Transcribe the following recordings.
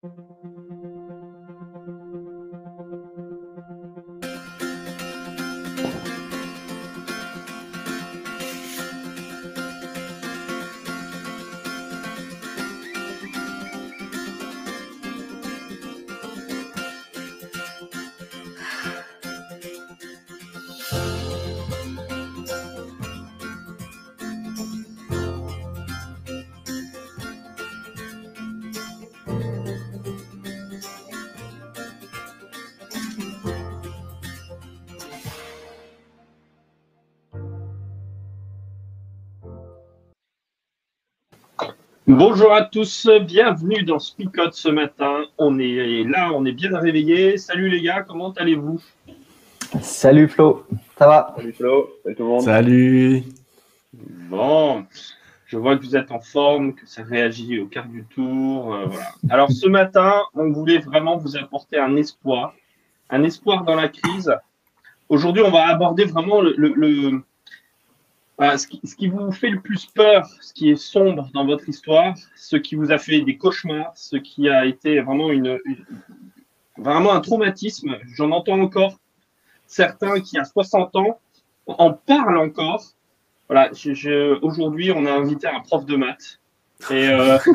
Bonjour à tous, bienvenue dans Spicote ce matin. On est là, on est bien réveillés. Salut les gars, comment allez-vous? Salut Flo, ça va? Salut Flo, salut tout le monde. Salut. Bon, je vois que vous êtes en forme, que ça réagit au quart du tour. Voilà. Alors ce matin, on voulait vraiment vous apporter un espoir dans la crise. Aujourd'hui, on va aborder vraiment voilà, ce qui vous fait le plus peur, ce qui est sombre dans votre histoire, ce qui vous a fait des cauchemars, ce qui a été vraiment vraiment un traumatisme. J'en entends encore certains qui, à 60 ans, en parlent encore. Voilà, aujourd'hui, on a invité un prof de maths. Et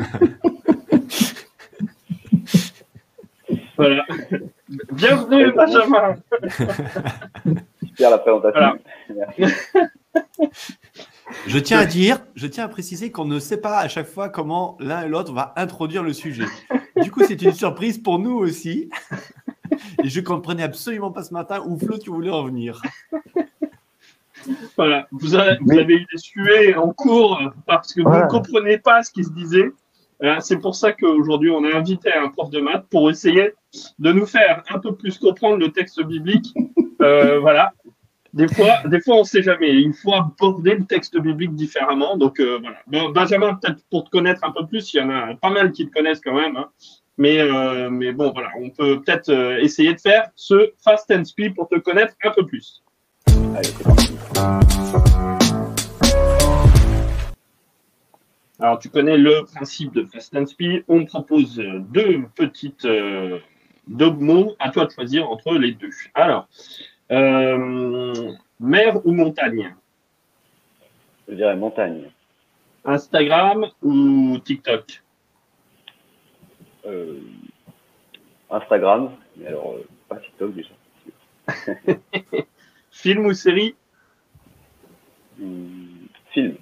voilà. Bienvenue, Benjamin. Super la présentation. Voilà. Je tiens à préciser qu'on ne sait pas à chaque fois comment l'un et l'autre va introduire le sujet. Du coup, c'est une surprise pour nous aussi. Et je ne comprenais absolument pas ce matin où Flo, tu voulais en venir. Voilà, vous avez eu des suées en cours parce que vous ne comprenez pas ce qui se disait. C'est pour ça qu'aujourd'hui, on a invité un prof de maths pour essayer de nous faire un peu plus comprendre le texte biblique. Voilà. Des fois, on ne sait jamais. Il faut aborder le texte biblique différemment. Donc, voilà. Bon, Benjamin, peut-être pour te connaître un peu plus, il y en a pas mal qui te connaissent quand même. Hein. Mais bon, voilà, on peut peut-être essayer de faire ce Fast and Speed pour te connaître un peu plus. Allez, c'est parti. Alors, tu connais le principe de Fast and Speed. On propose deux mots. À toi de choisir entre les deux. Alors, mer ou montagne? Je dirais montagne. Instagram ou TikTok? Instagram, mais alors pas TikTok déjà. Film ou série? Film.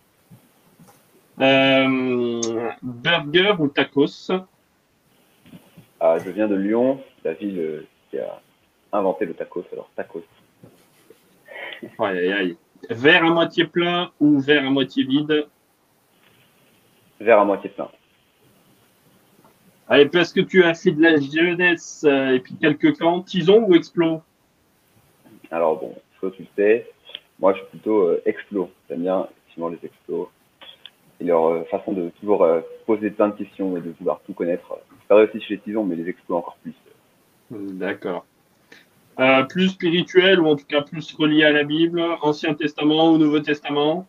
Burger ou tacos? Ah, je viens de Lyon, la ville qui a inventé le tacos, alors tacos. Aïe, aïe, aïe. Verre à moitié plein ou verre à moitié vide? Verre à moitié plein. Allez, parce que tu as fait de la jeunesse et puis quelques camps, Tison ou Explo? Alors bon, toi tu le sais, moi je suis plutôt explo. J'aime bien effectivement les explos et leur façon de toujours poser plein de questions et de vouloir tout connaître. C'est pareil aussi chez les Tison, mais les explos encore plus. D'accord. Plus spirituel ou en tout cas plus relié à la Bible, Ancien Testament ou Nouveau Testament?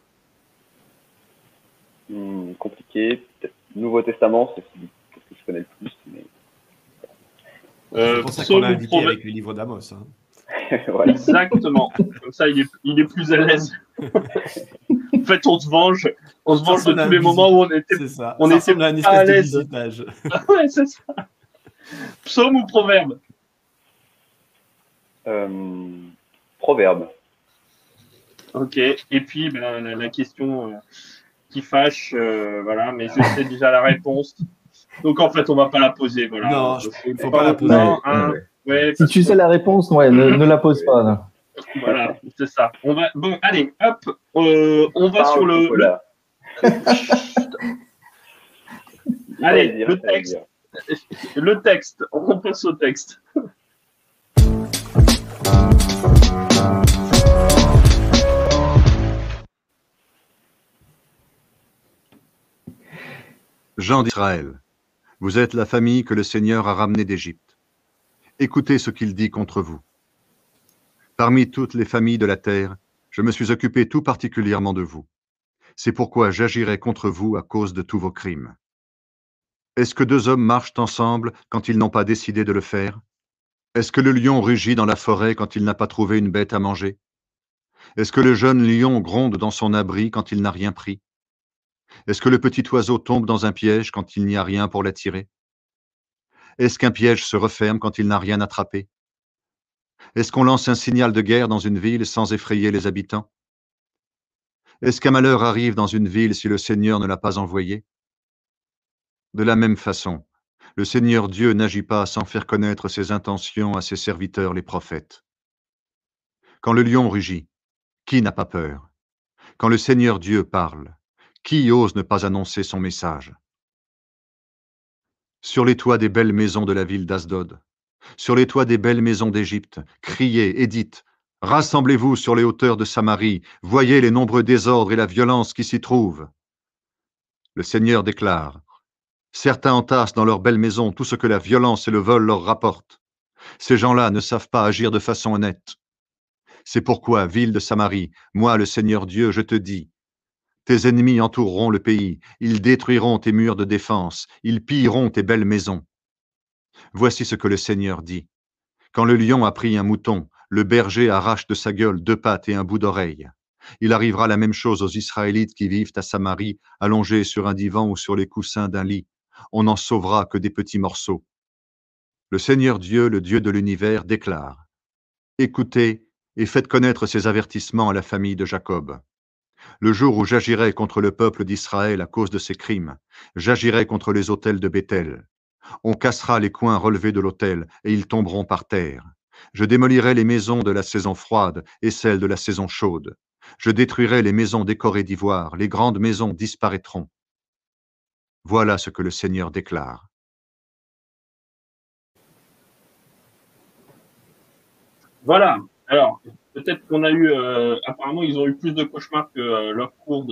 Compliqué. Peut-être Nouveau Testament, c'est ce que je connais le plus. Mais... c'est pour ça qu'on l'a invité avec le livre d'Amos. Hein. Voilà. Exactement. Comme ça, il est plus à l'aise. En fait, on se venge de tous les moments où on était. C'est ça. On était à une pas à espèce de l'aise. visitage. Ouais, c'est ça. Psaume ou proverbe? Proverbe. Ok. Et puis, la question qui fâche, voilà, mais je sais déjà la réponse. Donc, en fait, on va pas la poser. Voilà. Non, il faut pas la poser. Ouais, si tu sais la réponse, ne la pose pas. Là. Voilà, c'est ça. Bon, allez, hop, on va sur le allez, le texte. Le texte, on passe au texte. Gens d'Israël, vous êtes la famille que le Seigneur a ramenée d'Égypte. Écoutez ce qu'il dit contre vous. Parmi toutes les familles de la terre, je me suis occupé tout particulièrement de vous. C'est pourquoi j'agirai contre vous à cause de tous vos crimes. Est-ce que deux hommes marchent ensemble quand ils n'ont pas décidé de le faire? Est-ce que le lion rugit dans la forêt quand il n'a pas trouvé une bête à manger? Est-ce que le jeune lion gronde dans son abri quand il n'a rien pris? Est-ce que le petit oiseau tombe dans un piège quand il n'y a rien pour l'attirer? Est-ce qu'un piège se referme quand il n'a rien attrapé? Est-ce qu'on lance un signal de guerre dans une ville sans effrayer les habitants? Est-ce qu'un malheur arrive dans une ville si le Seigneur ne l'a pas envoyé? De la même façon, le Seigneur Dieu n'agit pas sans faire connaître ses intentions à ses serviteurs les prophètes. Quand le lion rugit, qui n'a pas peur? Quand le Seigneur Dieu parle, qui ose ne pas annoncer son message? Sur les toits des belles maisons de la ville d'Asdod, sur les toits des belles maisons d'Égypte, criez et dites: rassemblez-vous sur les hauteurs de Samarie, voyez les nombreux désordres et la violence qui s'y trouvent. Le Seigneur déclare: certains entassent dans leurs belles maisons tout ce que la violence et le vol leur rapportent. Ces gens-là ne savent pas agir de façon honnête. C'est pourquoi, ville de Samarie, moi, le Seigneur Dieu, je te dis: tes ennemis entoureront le pays, ils détruiront tes murs de défense, ils pilleront tes belles maisons. Voici ce que le Seigneur dit: quand le lion a pris un mouton, le berger arrache de sa gueule 2 pattes et un bout d'oreille. Il arrivera la même chose aux Israélites qui vivent à Samarie, allongés sur un divan ou sur les coussins d'un lit. On n'en sauvera que des petits morceaux. Le Seigneur Dieu, le Dieu de l'univers, déclare: écoutez et faites connaître ces avertissements à la famille de Jacob. Le jour où j'agirai contre le peuple d'Israël à cause de ses crimes, j'agirai contre les autels de Béthel. On cassera les coins relevés de l'autel et ils tomberont par terre. Je démolirai les maisons de la saison froide et celles de la saison chaude. Je détruirai les maisons décorées d'ivoire, les grandes maisons disparaîtront. Voilà ce que le Seigneur déclare. Voilà. Alors, peut-être qu'on a eu, apparemment, ils ont eu plus de cauchemars que leur cours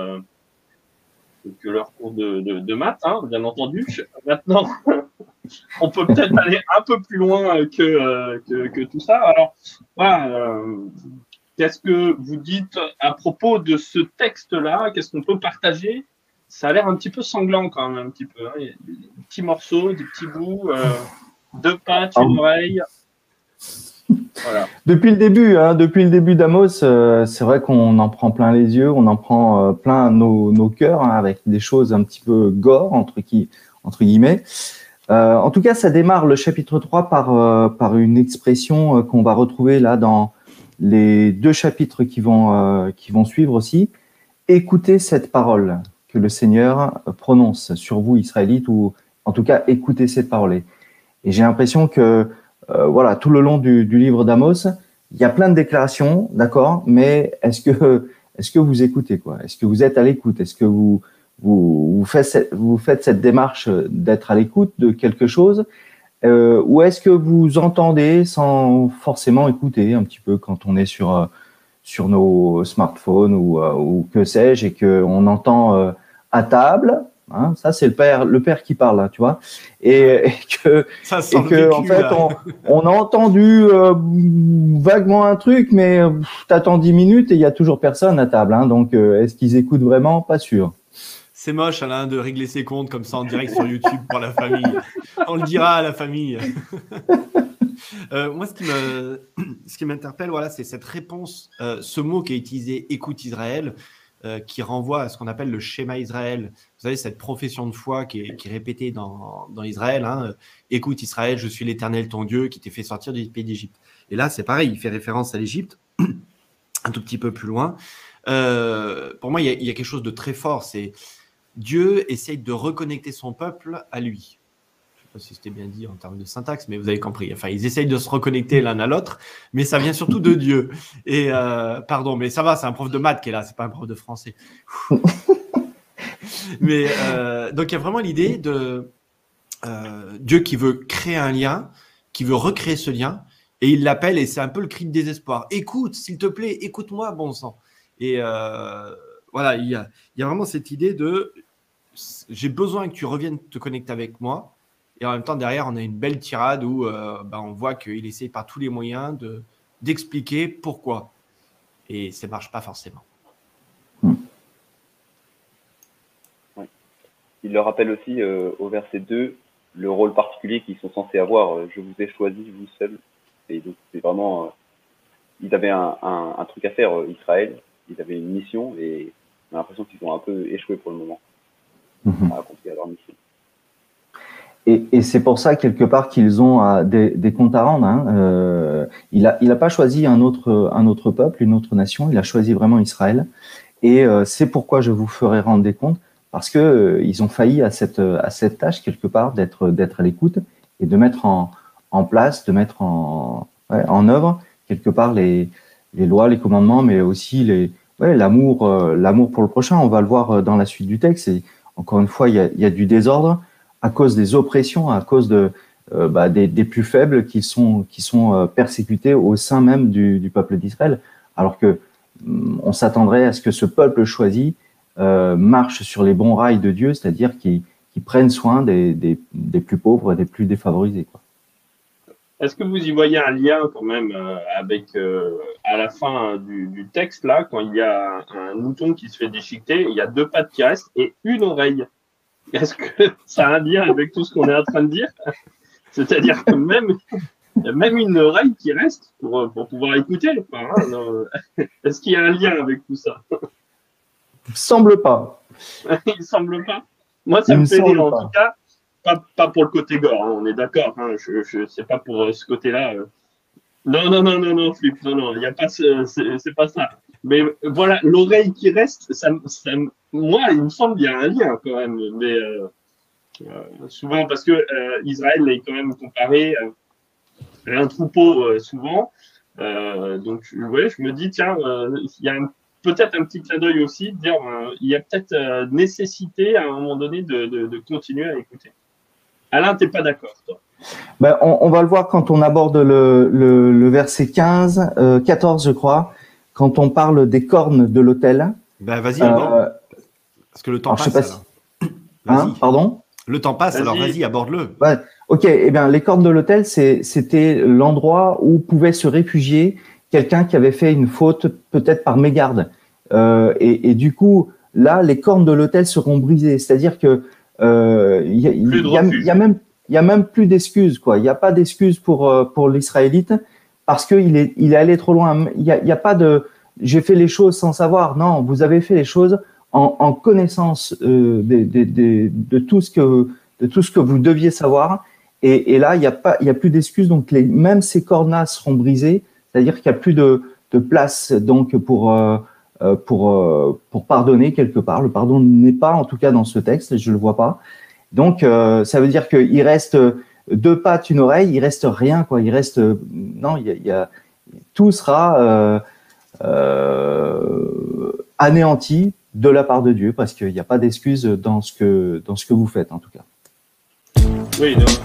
de maths, hein, bien entendu. Maintenant, on peut peut-être aller un peu plus loin que tout ça. Alors, voilà, qu'est-ce que vous dites à propos de ce texte-là? Qu'est-ce qu'on peut partager? Ça a l'air un petit peu sanglant quand même, un petit peu. Hein. Il y a des petits morceaux, des petits bouts, 2 pattes, une oreille. Voilà. Depuis le début d'Amos, c'est vrai qu'on en prend plein les yeux, on en prend plein nos cœurs, hein, avec des choses un petit peu gore, entre guillemets. En tout cas, ça démarre le chapitre 3 par une expression qu'on va retrouver là dans les 2 chapitres qui vont suivre aussi. Écoutez cette parole que le Seigneur prononce sur vous, Israélites, ou en tout cas, écoutez cette parole. Et j'ai l'impression que voilà, tout le long du livre d'Amos, il y a plein de déclarations, d'accord, mais est-ce que vous écoutez, quoi? Est-ce que vous êtes à l'écoute? Est-ce que vous faites cette démarche d'être à l'écoute de quelque chose, ou est-ce que vous entendez sans forcément écouter un petit peu quand on est sur nos smartphones ou que sais-je, et qu'on entend à table? Hein, ça, c'est le père qui parle, là, tu vois, et que en fait, on a entendu vaguement un truc, mais t'attends 10 minutes et il y a toujours personne à table. Hein, donc, est-ce qu'ils écoutent vraiment? Pas sûr. C'est moche, Alain, de régler ses comptes comme ça en direct sur YouTube pour la famille. On le dira à la famille. Moi, ce qui m'interpelle, voilà, c'est cette réponse, ce mot qui est utilisé, écoute Israël, qui renvoie à ce qu'on appelle le schéma Israël. Vous savez, cette profession de foi qui est répétée dans Israël. Hein, écoute Israël, je suis l'Éternel ton Dieu qui t'ai fait sortir du pays d'Égypte. Et là, c'est pareil, il fait référence à l'Égypte, un tout petit peu plus loin. Pour moi, il y a quelque chose de très fort. C'est Dieu essaye de reconnecter son peuple à lui. Je ne sais pas si c'était bien dit en termes de syntaxe, mais vous avez compris. Enfin, ils essayent de se reconnecter l'un à l'autre, mais ça vient surtout de Dieu. Et pardon, mais ça va, c'est un prof de maths qui est là, c'est pas un prof de français. Mais donc il y a vraiment l'idée de Dieu qui veut créer un lien, qui veut recréer ce lien, et il l'appelle, et c'est un peu le cri de désespoir. Écoute, s'il te plaît, écoute-moi, bon sang. Et voilà, il y a vraiment cette idée de j'ai besoin que tu reviennes te connecter avec moi. Et en même temps, derrière, on a une belle tirade où on voit qu'il essaie par tous les moyens d'expliquer pourquoi. Et ça ne marche pas forcément. Ouais. il leur rappelle aussi au verset 2 le rôle particulier qu'ils sont censés avoir. Je vous ai choisi, vous seul. Et donc, c'est vraiment. Ils avaient un truc à faire, Israël. Ils avaient une mission et on a l'impression qu'ils ont un peu échoué pour le moment à accomplir leur mission. Et c'est pour ça, quelque part, qu'ils ont des comptes à rendre. Hein. Il a pas choisi un autre peuple, une autre nation. Il a choisi vraiment Israël. Et c'est pourquoi je vous ferai rendre des comptes, parce que ils ont failli à cette tâche, quelque part, d'être à l'écoute et de mettre en place, de mettre en œuvre, quelque part, les lois, les commandements, mais aussi l'amour pour le prochain. On va le voir dans la suite du texte. Et encore une fois, il y a du désordre à cause des oppressions, à cause des plus faibles qui sont persécutés au sein même du peuple d'Israël, alors que on s'attendrait à ce que ce peuple choisi marche sur les bons rails de Dieu, c'est-à-dire qu'il prenne soin des plus pauvres et des plus défavorisés, quoi. Est-ce que vous y voyez un lien quand même avec, à la fin du texte, là, quand il y a un mouton qui se fait déchiqueter, il y a 2 pattes qui restent et une oreille? Est-ce que ça a un lien avec tout ce qu'on est en train de dire? C'est-à-dire que il y a même une oreille qui reste pour pouvoir écouter. Enfin, hein, est-ce qu'il y a un lien avec tout ça? Il semble pas. Il semble pas. Moi, ça me fait rire en tout cas. Pas pour le côté gore, hein, on est d'accord. Hein, je sais pas pour ce côté-là. Non, Flip, non, il y a pas, c'est pas ça. Mais voilà, l'oreille qui reste, moi, il me semble qu'il y a un lien quand même. Mais souvent, parce que Israël est quand même comparé à un troupeau souvent. Donc, ouais, je me dis, tiens, il y a peut-être un petit clin d'œil aussi, de dire, il y a peut-être nécessité à un moment donné de continuer à écouter. Alain, t'es pas d'accord, toi? Ben, on va le voir quand on aborde le verset 14, je crois, quand on parle des cornes de l'autel. Ben, vas-y, aborde. Parce que le temps passe. Pardon? Le temps passe, alors vas-y, aborde-le. Ouais. Ok, eh bien, les cornes de l'autel, c'était l'endroit où pouvait se réfugier quelqu'un qui avait fait une faute, peut-être par mégarde. Et du coup, là, les cornes de l'autel seront brisées. C'est-à-dire que il y a même plus d'excuses, quoi. Il n'y a pas d'excuses pour l'Israélite parce qu'il est allé trop loin. Il y a pas de j'ai fait les choses sans savoir. Non, vous avez fait les choses en connaissance de tout ce que vous deviez savoir. Et là, il y a plus d'excuses. Donc même ces cornes-là seront brisées. C'est-à-dire qu'il n'y a plus de place donc pour pardonner quelque part. Le pardon n'est pas, en tout cas dans ce texte, je le vois pas. Donc ça veut dire qu'il reste 2 pattes, une oreille, il reste rien, quoi. Il reste non, tout sera anéanti de la part de Dieu parce qu'il n'y a pas d'excuse dans ce que vous faites, en tout cas. Oui, non.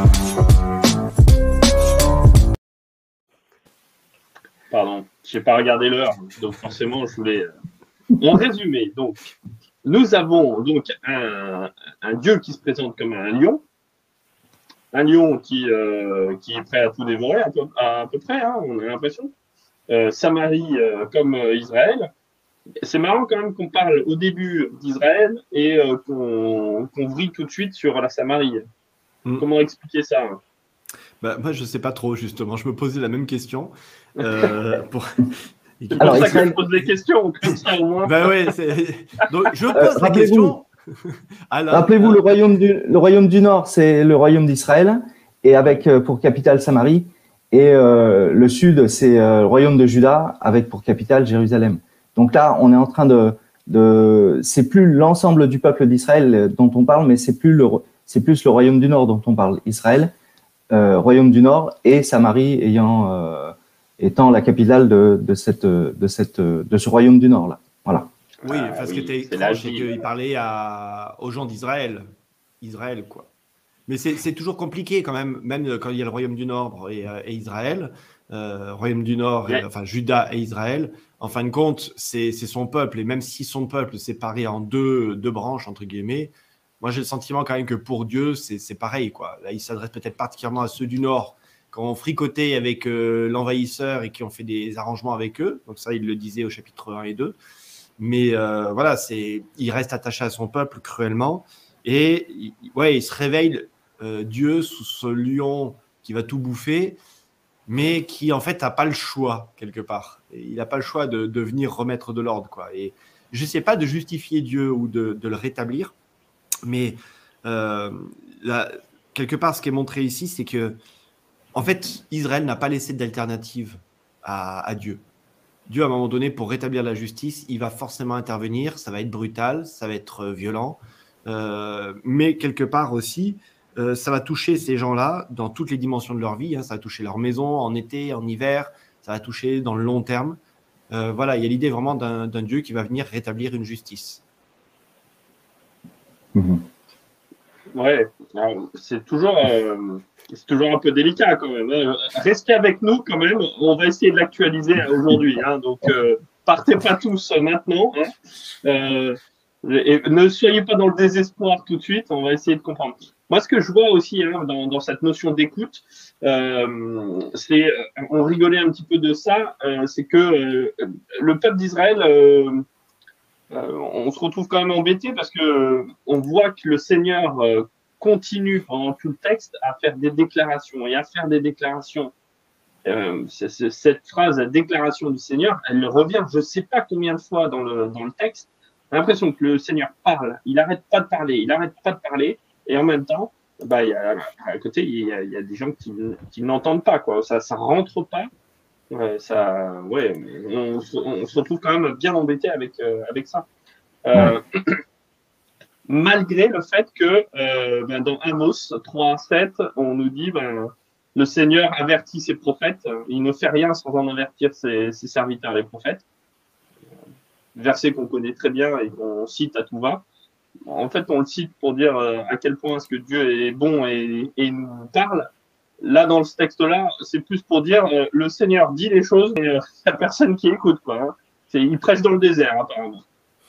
Pardon, j'ai pas regardé l'heure, donc forcément je voulais. En résumé, donc nous avons donc un Dieu qui se présente comme un lion qui est prêt à tout dévorer à peu près, hein, on a l'impression. Samarie comme Israël. C'est marrant quand même qu'on parle au début d'Israël et qu'on vrille tout de suite sur la Samarie. Comment expliquer ça, hein? Moi, je ne sais pas trop, justement. Je me posais la même question. C'est pour ça que je pose des questions, comme ça au moins. Ouais, donc, je pose la question. Rappelez-vous, le royaume du Nord, c'est le royaume d'Israël, et avec pour capitale Samarie. Et le Sud, c'est le royaume de Juda, avec pour capitale Jérusalem. Donc là, on est en train c'est plus l'ensemble du peuple d'Israël dont on parle, mais c'est plus le royaume du Nord dont on parle. Israël, royaume du Nord, et Samarie étant la capitale de ce royaume du Nord là. Voilà. Oui, parce que t'es étrange, c'est qu'il parlait aux gens d'Israël. Israël, quoi. Mais c'est toujours compliqué quand même quand il y a le royaume du Nord et Israël. Royaume du Nord, enfin Juda et Israël. En fin de compte, c'est son peuple. Et même si son peuple est séparé en deux branches, entre guillemets, moi j'ai le sentiment quand même que pour Dieu, c'est pareil, quoi. Là, il s'adresse peut-être particulièrement à ceux du Nord qui ont fricoté avec l'envahisseur et qui ont fait des arrangements avec eux. Donc ça, il le disait au chapitre 1 et 2. Mais voilà, il reste attaché à son peuple cruellement. Et il se réveille, Dieu, sous ce lion qui va tout bouffer, mais qui en fait n'a pas le choix quelque part. Et il n'a pas le choix de venir remettre de l'ordre, quoi. Et je ne sais pas de justifier Dieu ou de le rétablir, mais quelque part, ce qui est montré ici, c'est que en fait, Israël n'a pas laissé d'alternative à Dieu. Dieu, à un moment donné, pour rétablir la justice, il va forcément intervenir. Ça va être brutal, ça va être violent, mais quelque part aussi, ça va toucher ces gens-là dans toutes les dimensions de leur vie. Ça va toucher leur maison en été, en hiver. Ça va toucher dans le long terme. Voilà, il y a l'idée vraiment d'un Dieu qui va venir rétablir une justice. Ouais, c'est toujours un peu délicat quand même. Restez avec nous quand même. On va essayer de l'actualiser aujourd'hui. Donc, partez pas tous maintenant. Et ne soyez pas dans le désespoir tout de suite. On va essayer de comprendre. Moi, ce que je vois aussi dans cette notion d'écoute, on rigolait un petit peu de ça, c'est que le peuple d'Israël, on se retrouve quand même embêté parce que on voit que le Seigneur continue pendant tout le texte à faire des déclarations et à faire des déclarations. Cette phrase, la déclaration du Seigneur, elle revient je ne sais pas combien de fois dans le texte. J'ai l'impression que le Seigneur parle, il n'arrête pas de parler, et en même temps, à côté, il y a des gens qui n'entendent pas, quoi. Ça rentre pas. On se retrouve quand même bien embêté avec ça. Malgré le fait que dans Amos 3:7, on nous dit le Seigneur avertit ses prophètes, il ne fait rien sans en avertir ses serviteurs les prophètes. Verset qu'on connaît très bien et qu'on cite à tout va. En fait, on le cite pour dire à quel point est-ce que Dieu est bon et nous parle. Là, dans ce texte-là, c'est plus pour dire le Seigneur dit les choses et il n'y a personne qui écoute, quoi. Il prêche dans le désert, apparemment.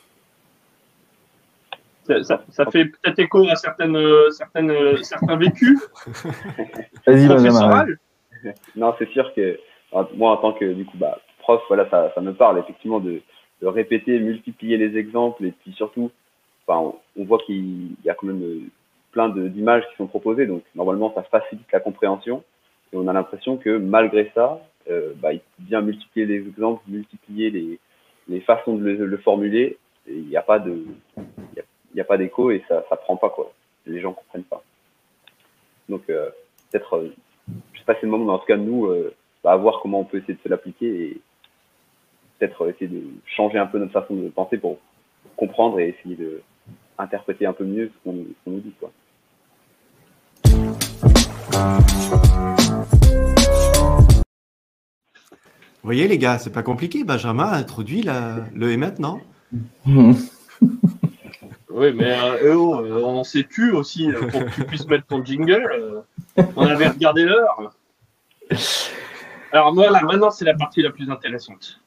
Ça fait peut-être écho à certains vécus. Vas-y, Benjamin. Non, c'est sûr que moi, en tant que prof, voilà, ça me parle effectivement de répéter, multiplier les exemples et puis surtout, on voit qu'il y a quand même plein d'images qui sont proposées, donc normalement ça facilite la compréhension et on a l'impression que malgré ça, il faut bien multiplier les exemples, multiplier les façons de le formuler et il n'y a pas d'écho et ça prend pas, quoi. Les gens comprennent pas. Donc peut-être, je sais pas si c'est le moment, mais en tout cas nous, à voir comment on peut essayer de se l'appliquer et peut-être essayer de changer un peu notre façon de penser pour comprendre et essayer de interpréter un peu mieux ce qu'on nous dit, quoi. Vous voyez les gars, c'est pas compliqué. Benjamin a introduit le et maintenant. Oui, mais on s'est tu aussi pour que tu puisses mettre ton jingle. On avait regardé l'heure. Alors voilà, maintenant c'est la partie la plus intéressante.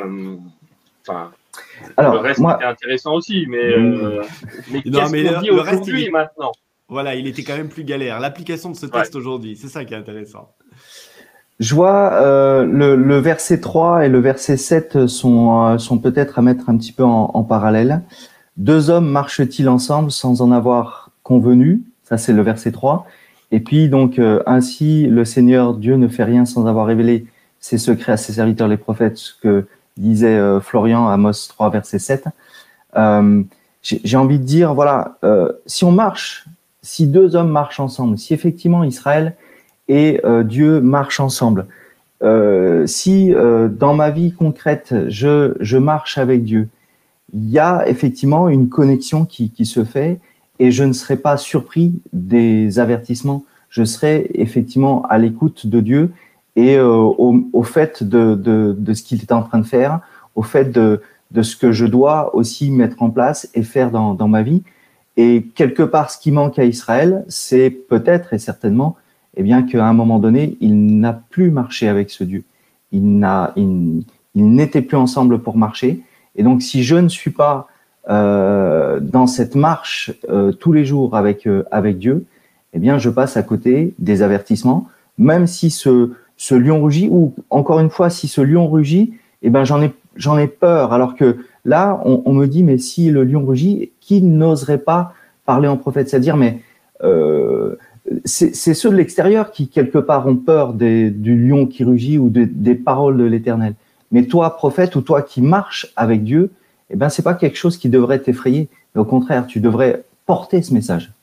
Alors, le reste était intéressant aussi, mais qu'est-ce qu'on dit aujourd'hui maintenant? Voilà, il était quand même plus galère. L'application de ce texte aujourd'hui, c'est ça qui est intéressant. Je vois le verset 3 et le verset 7 sont peut-être à mettre un petit peu en parallèle. Deux hommes marchent-ils ensemble sans en avoir convenu? Ça, c'est le verset 3. Et puis, donc, ainsi, le Seigneur Dieu ne fait rien sans avoir révélé ses secrets à ses serviteurs les prophètes, ce que disait Florian, Amos 3, verset 7. J'ai envie de dire, voilà, si deux hommes marchent ensemble, si effectivement Israël et Dieu marchent ensemble, si dans ma vie concrète, je marche avec Dieu, il y a effectivement une connexion qui se fait et je ne serai pas surpris des avertissements. Je serai effectivement à l'écoute de Dieu et au fait de ce qu'il est en train de faire, au fait de ce que je dois aussi mettre en place et faire dans ma vie. Et quelque part, ce qui manque à Israël, c'est peut-être et certainement qu'à un moment donné, il n'a plus marché avec ce Dieu. Ils n'étaient plus ensemble pour marcher. Et donc, si je ne suis pas dans cette marche tous les jours avec Dieu, je passe à côté des avertissements, même si ce lion rugit, ou encore une fois, si ce lion rugit, j'en ai peur. Alors que là, on me dit, mais si le lion rugit, qui n'oserait pas parler en prophète, c'est-à-dire, mais c'est ceux de l'extérieur qui, quelque part, ont peur du lion qui rugit ou des paroles de l'Éternel. Mais toi, prophète, ou toi qui marches avec Dieu, eh ben, c'est pas quelque chose qui devrait t'effrayer. Mais au contraire, tu devrais porter ce message.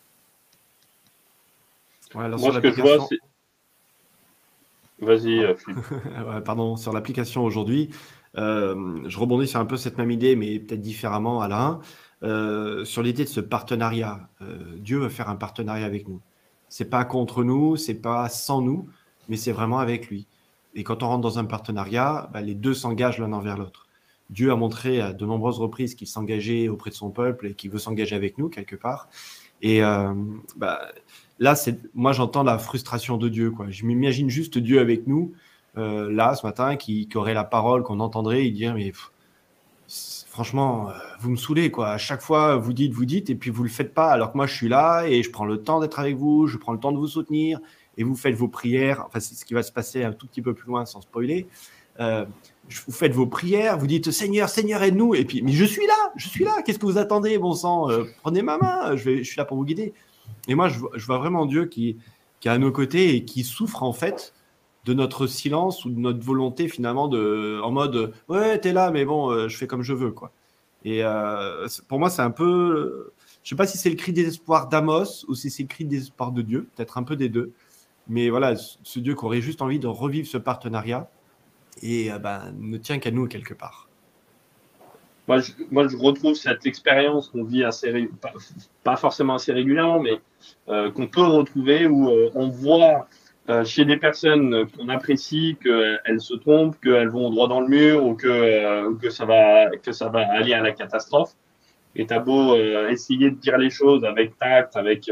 Ouais, alors Moi, ce que je vois, c'est... Vas-y, Philippe. Ouais, pardon, sur l'application aujourd'hui, je rebondis sur un peu cette même idée, mais peut-être différemment, Alain, sur l'idée de ce partenariat. Dieu veut faire un partenariat avec nous. C'est pas contre nous, c'est pas sans nous, mais c'est vraiment avec lui. Et quand on rentre dans un partenariat, les deux s'engagent l'un envers l'autre. Dieu a montré à de nombreuses reprises qu'il s'engageait auprès de son peuple et qu'il veut s'engager avec nous quelque part. Et là, moi, j'entends la frustration de Dieu, quoi. Je m'imagine juste Dieu avec nous, là, ce matin, qui aurait la parole, qu'on entendrait, et dire, mais franchement, vous me saoulez, quoi. À chaque fois, vous dites, et puis vous le faites pas, alors que moi, je suis là, et je prends le temps d'être avec vous, je prends le temps de vous soutenir, et vous faites vos prières. Enfin, c'est ce qui va se passer un tout petit peu plus loin, sans spoiler. Vous faites vos prières, vous dites, Seigneur, Seigneur, aide-nous, et puis, mais je suis là, qu'est-ce que vous attendez, bon sang, prenez ma main, je suis là pour vous guider. Et moi, je vois vraiment Dieu qui est à nos côtés et qui souffre en fait de notre silence ou de notre volonté finalement en mode ouais, t'es là, mais bon, je fais comme je veux, quoi. Et pour moi, c'est un peu, je sais pas si c'est le cri des espoirs d'Amos ou si c'est le cri des espoirs de Dieu, peut-être un peu des deux. Mais voilà, ce Dieu qui aurait juste envie de revivre ce partenariat et ne tient qu'à nous quelque part. Moi, je retrouve cette expérience qu'on vit pas forcément assez régulièrement, mais qu'on peut retrouver où on voit chez des personnes qu'on apprécie qu'elles se trompent, qu'elles vont droit dans le mur ou que ça va aller à la catastrophe. Et t'as beau essayer de dire les choses avec tact, avec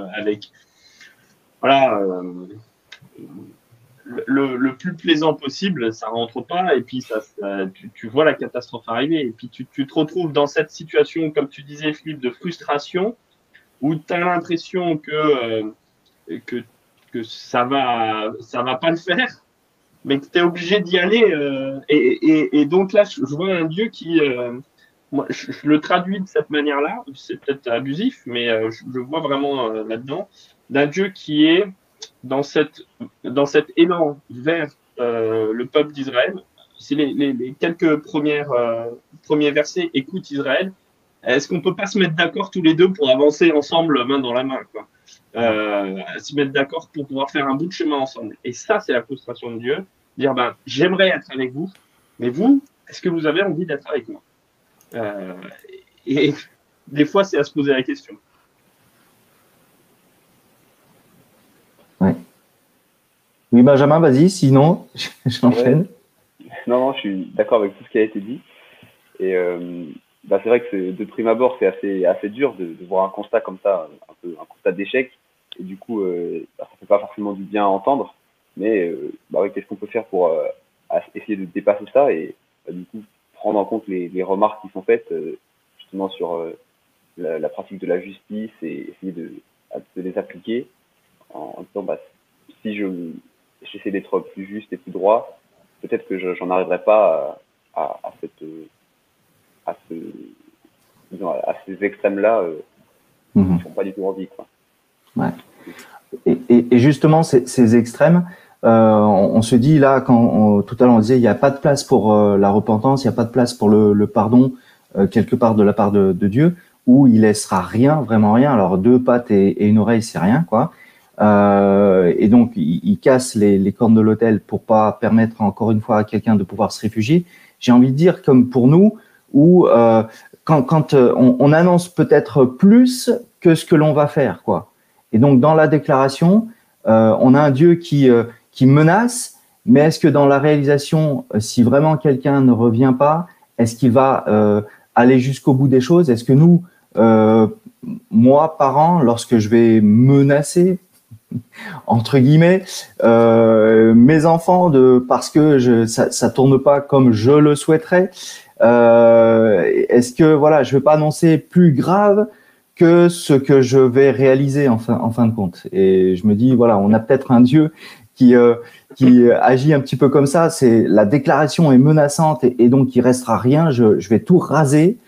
voilà. Le plus plaisant possible, ça rentre pas, et puis tu vois la catastrophe arriver, et puis tu te retrouves dans cette situation, comme tu disais, Philippe, de frustration, où tu as l'impression que ça va pas le faire, mais que tu es obligé d'y aller, et donc là, je vois un Dieu qui, moi, je le traduis de cette manière-là, c'est peut-être abusif, mais je le vois vraiment là-dedans, d'un Dieu qui est dans cet élan vers le peuple d'Israël. C'est les quelques premiers versets, écoute Israël. Est-ce qu'on peut pas se mettre d'accord tous les deux pour avancer ensemble, main dans la main, quoi, se mettre d'accord pour pouvoir faire un bout de chemin ensemble. Et ça, c'est la frustration de Dieu, dire j'aimerais être avec vous, mais vous, est-ce que vous avez envie d'être avec moi? Et des fois, c'est à se poser la question. Ouais. Oui, Benjamin, vas-y, sinon, j'enchaîne. Ouais. Non, je suis d'accord avec tout ce qui a été dit. Et c'est vrai que de prime abord, c'est assez dur de voir un constat comme ça, un constat d'échec. Et du coup, ça fait pas forcément du bien à entendre. Mais qu'est-ce qu'on peut faire pour essayer de dépasser ça et du coup prendre en compte les remarques qui sont faites justement sur la pratique de la justice et essayer de les appliquer en disant si j'essaie d'être plus juste et plus droit, peut-être que j'en arriverai pas à ces extrêmes-là qui ne sont pas du tout envie, quoi. Ouais. Et justement, ces extrêmes, on se dit là, tout à l'heure on disait, il n'y a pas de place pour la repentance, il n'y a pas de place pour le pardon quelque part de la part de Dieu, où il laissera rien, vraiment rien. Alors 2 pattes et une oreille, c'est rien, quoi. Et donc il casse les cornes de l'autel pour pas permettre encore une fois à quelqu'un de pouvoir se réfugier. J'ai envie de dire comme pour nous, où quand on annonce peut-être plus que ce que l'on va faire, quoi. Et donc dans la déclaration, on a un Dieu qui menace, mais est-ce que dans la réalisation, si vraiment quelqu'un ne revient pas, est-ce qu'il va aller jusqu'au bout des choses? Est-ce que nous, moi, parent, lorsque je vais menacer, entre guillemets, mes enfants parce que ça tourne pas comme je le souhaiterais, est-ce que voilà, je vais pas annoncer plus grave que ce que je vais réaliser en fin de compte? Et je me dis voilà, on a peut-être un Dieu qui agit un petit peu comme ça. C'est la déclaration est menaçante et donc il restera rien. Je vais tout raser.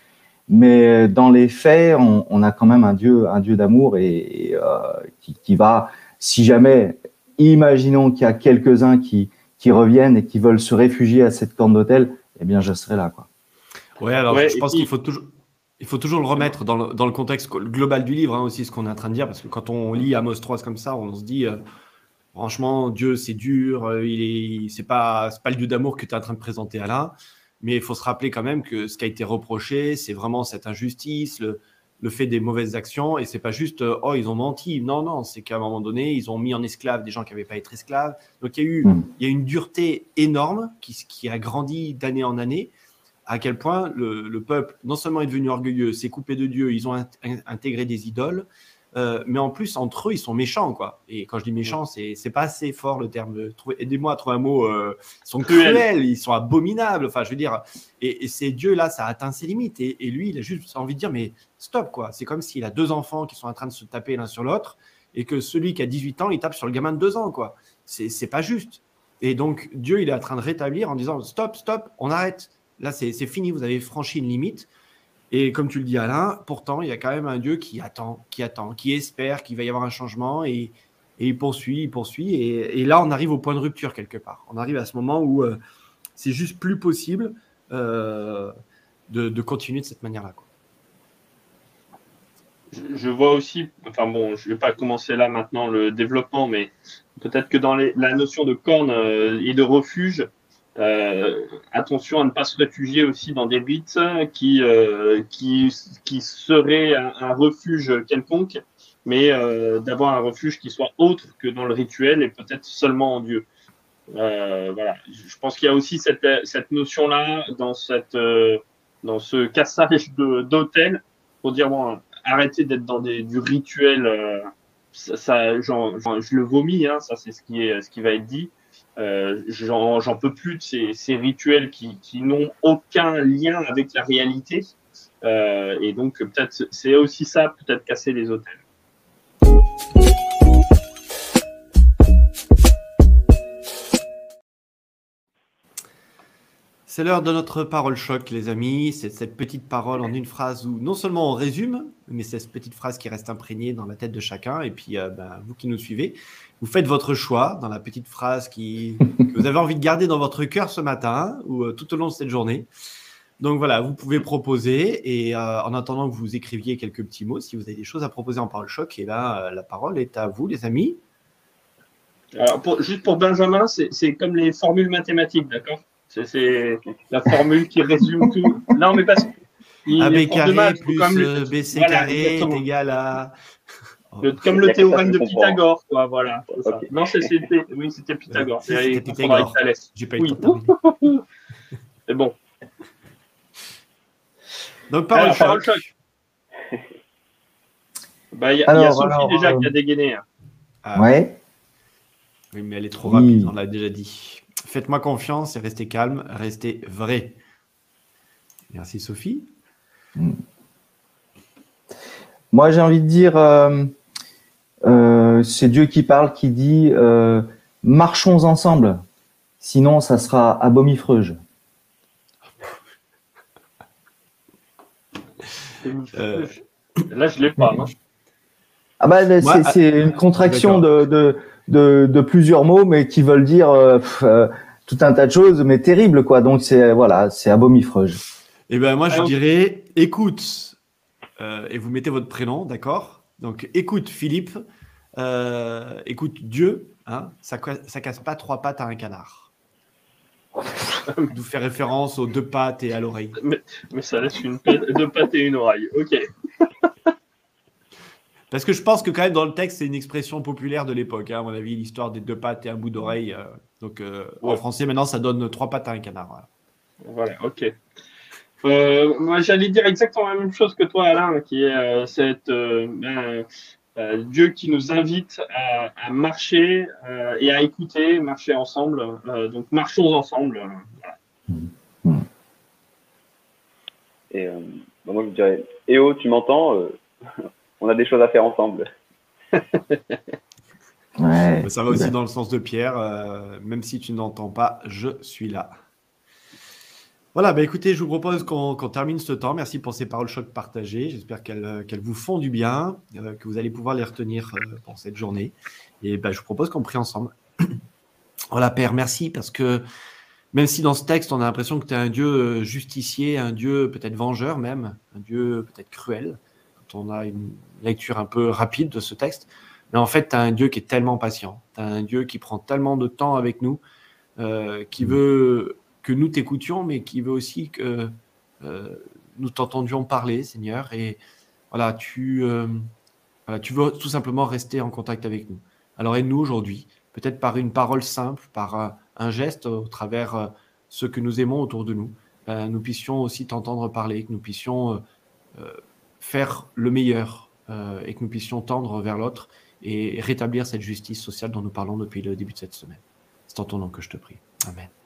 Mais dans les faits, on a quand même un Dieu d'amour et qui va, si jamais, imaginons qu'il y a quelques-uns qui reviennent et qui veulent se réfugier à cette corne d'autel, eh bien, je serai là, quoi. Ouais, alors je pense qu'il faut toujours le remettre dans le contexte global du livre, hein, aussi, ce qu'on est en train de dire, parce que quand on lit Amos 3 comme ça, on se dit, franchement, Dieu, c'est dur, c'est pas le Dieu d'amour que tu es en train de présenter, Alain, mais il faut se rappeler quand même que ce qui a été reproché, c'est vraiment cette injustice, le fait des mauvaises actions, et c'est pas juste, oh, ils ont menti. Non, c'est qu'à un moment donné, ils ont mis en esclave des gens qui n'avaient pas été esclaves. Donc, il y a une dureté énorme qui a grandi d'année en année, à quel point le peuple, non seulement est devenu orgueilleux, s'est coupé de Dieu, ils ont intégré des idoles, mais en plus, entre eux, ils sont méchants, quoi. Et quand je dis méchants, c'est pas assez fort le terme. Aidez-moi à trouver un mot. Ils sont cruels, ils sont abominables. Enfin, je veux dire, et ces dieux-là, ça atteint ses limites. Et lui, il a juste envie de dire, mais stop, quoi. C'est comme s'il a 2 enfants qui sont en train de se taper l'un sur l'autre, et que celui qui a 18 ans, il tape sur le gamin de 2 ans, quoi. C'est pas juste. Et donc, Dieu, il est en train de rétablir en disant, stop, on arrête. Là, c'est fini, vous avez franchi une limite. Et comme tu le dis, Alain, pourtant, il y a quand même un Dieu qui attend, qui espère qu'il va y avoir un changement, et il poursuit. Et là, on arrive au point de rupture quelque part. On arrive à ce moment où c'est juste plus possible de continuer de cette manière-là, quoi. Je vois aussi, enfin bon, je ne vais pas commencer là maintenant le développement, mais peut-être que dans la notion de corne et de refuge, attention à ne pas se réfugier aussi dans des rites qui seraient un refuge quelconque, mais d'avoir un refuge qui soit autre que dans le rituel et peut-être seulement en Dieu. Voilà. Je pense qu'il y a aussi cette notion-là dans ce cassage d'autel pour dire, bon, arrêtez d'être dans du rituel. Je le vomis, hein, ça c'est ce qui va être dit. J'en peux plus de ces rituels qui n'ont aucun lien avec la réalité. Et donc, peut-être, c'est aussi ça, peut-être casser les autels. C'est l'heure de notre parole choc, les amis. C'est cette petite parole en une phrase où non seulement on résume, mais c'est cette petite phrase qui reste imprégnée dans la tête de chacun. Et puis, vous qui nous suivez, vous faites votre choix dans la petite phrase que vous avez envie de garder dans votre cœur ce matin ou tout au long de cette journée. Donc voilà, vous pouvez proposer. Et en attendant que vous écriviez quelques petits mots, si vous avez des choses à proposer en parole choc, et là, la parole est à vous, les amis. Alors, juste pour Benjamin, c'est comme les formules mathématiques, d'accord ? C'est la formule qui résume tout. Non, mais parce que AB carré plus BC carré est égal à... Comme le théorème de Pythagore, quoi, voilà. Okay. Non, c'était Pythagore. C'était Pythagore. J'ai pas eu le temps de terminer. C'est bon. Donc, parole choc. Il y a Sophie déjà qui a dégainé. Hein. Ah, ouais. Oui, mais elle est trop rapide, on l'a déjà dit. Faites-moi confiance et restez calme, restez vrai. Merci Sophie. Moi j'ai envie de dire, c'est Dieu qui parle, qui dit marchons ensemble, sinon ça sera abomifreuge. Là je l'ai pas. Hein. Ah bah c'est une contraction de plusieurs mots, mais qui veulent dire tout un tas de choses, mais terribles, quoi. Donc c'est abomifreuge. Eh ben moi je dirais écoute, et vous mettez votre prénom, d'accord ? Donc écoute Philippe, écoute Dieu, hein, ça casse pas 3 pattes à un canard. Nous fait référence aux 2 pattes et à l'oreille. Mais ça laisse 2 pattes et une oreille. Ok. Parce que je pense que quand même dans le texte, c'est une expression populaire de l'époque. Hein, à mon avis, l'histoire des 2 pattes et un bout d'oreille. En français, maintenant, ça donne 3 pattes à un canard. Voilà, ok. Moi, j'allais dire exactement la même chose que toi, Alain, qui est Dieu qui nous invite à marcher et à écouter, marcher ensemble. Donc, marchons ensemble. Voilà. Et moi, je dirais, Éo, tu m'entends on a des choses à faire ensemble. Ouais. Ça va aussi dans le sens de Pierre. Même si tu n'entends pas, je suis là. Voilà, bah écoutez, je vous propose qu'on termine ce temps. Merci pour ces paroles choc partagées. J'espère qu'elles vous font du bien, que vous allez pouvoir les retenir pour cette journée. Et bah, je vous propose qu'on prie ensemble. Voilà, Père, merci parce que même si dans ce texte, on a l'impression que tu es un Dieu justicier, un Dieu peut-être vengeur même, un Dieu peut-être cruel, quand on a une lecture un peu rapide de ce texte, mais en fait, tu as un Dieu qui est tellement patient, tu as un Dieu qui prend tellement de temps avec nous, qui veut que nous t'écoutions, mais qui veut aussi que nous t'entendions parler, Seigneur. Et voilà, tu veux tout simplement rester en contact avec nous. Alors aide-nous aujourd'hui, peut-être par une parole simple, par un geste au travers ceux que nous aimons autour de nous. Nous puissions aussi t'entendre parler, que nous puissions faire le meilleur et que nous puissions tendre vers l'autre et rétablir cette justice sociale dont nous parlons depuis le début de cette semaine. C'est en ton nom que je te prie. Amen.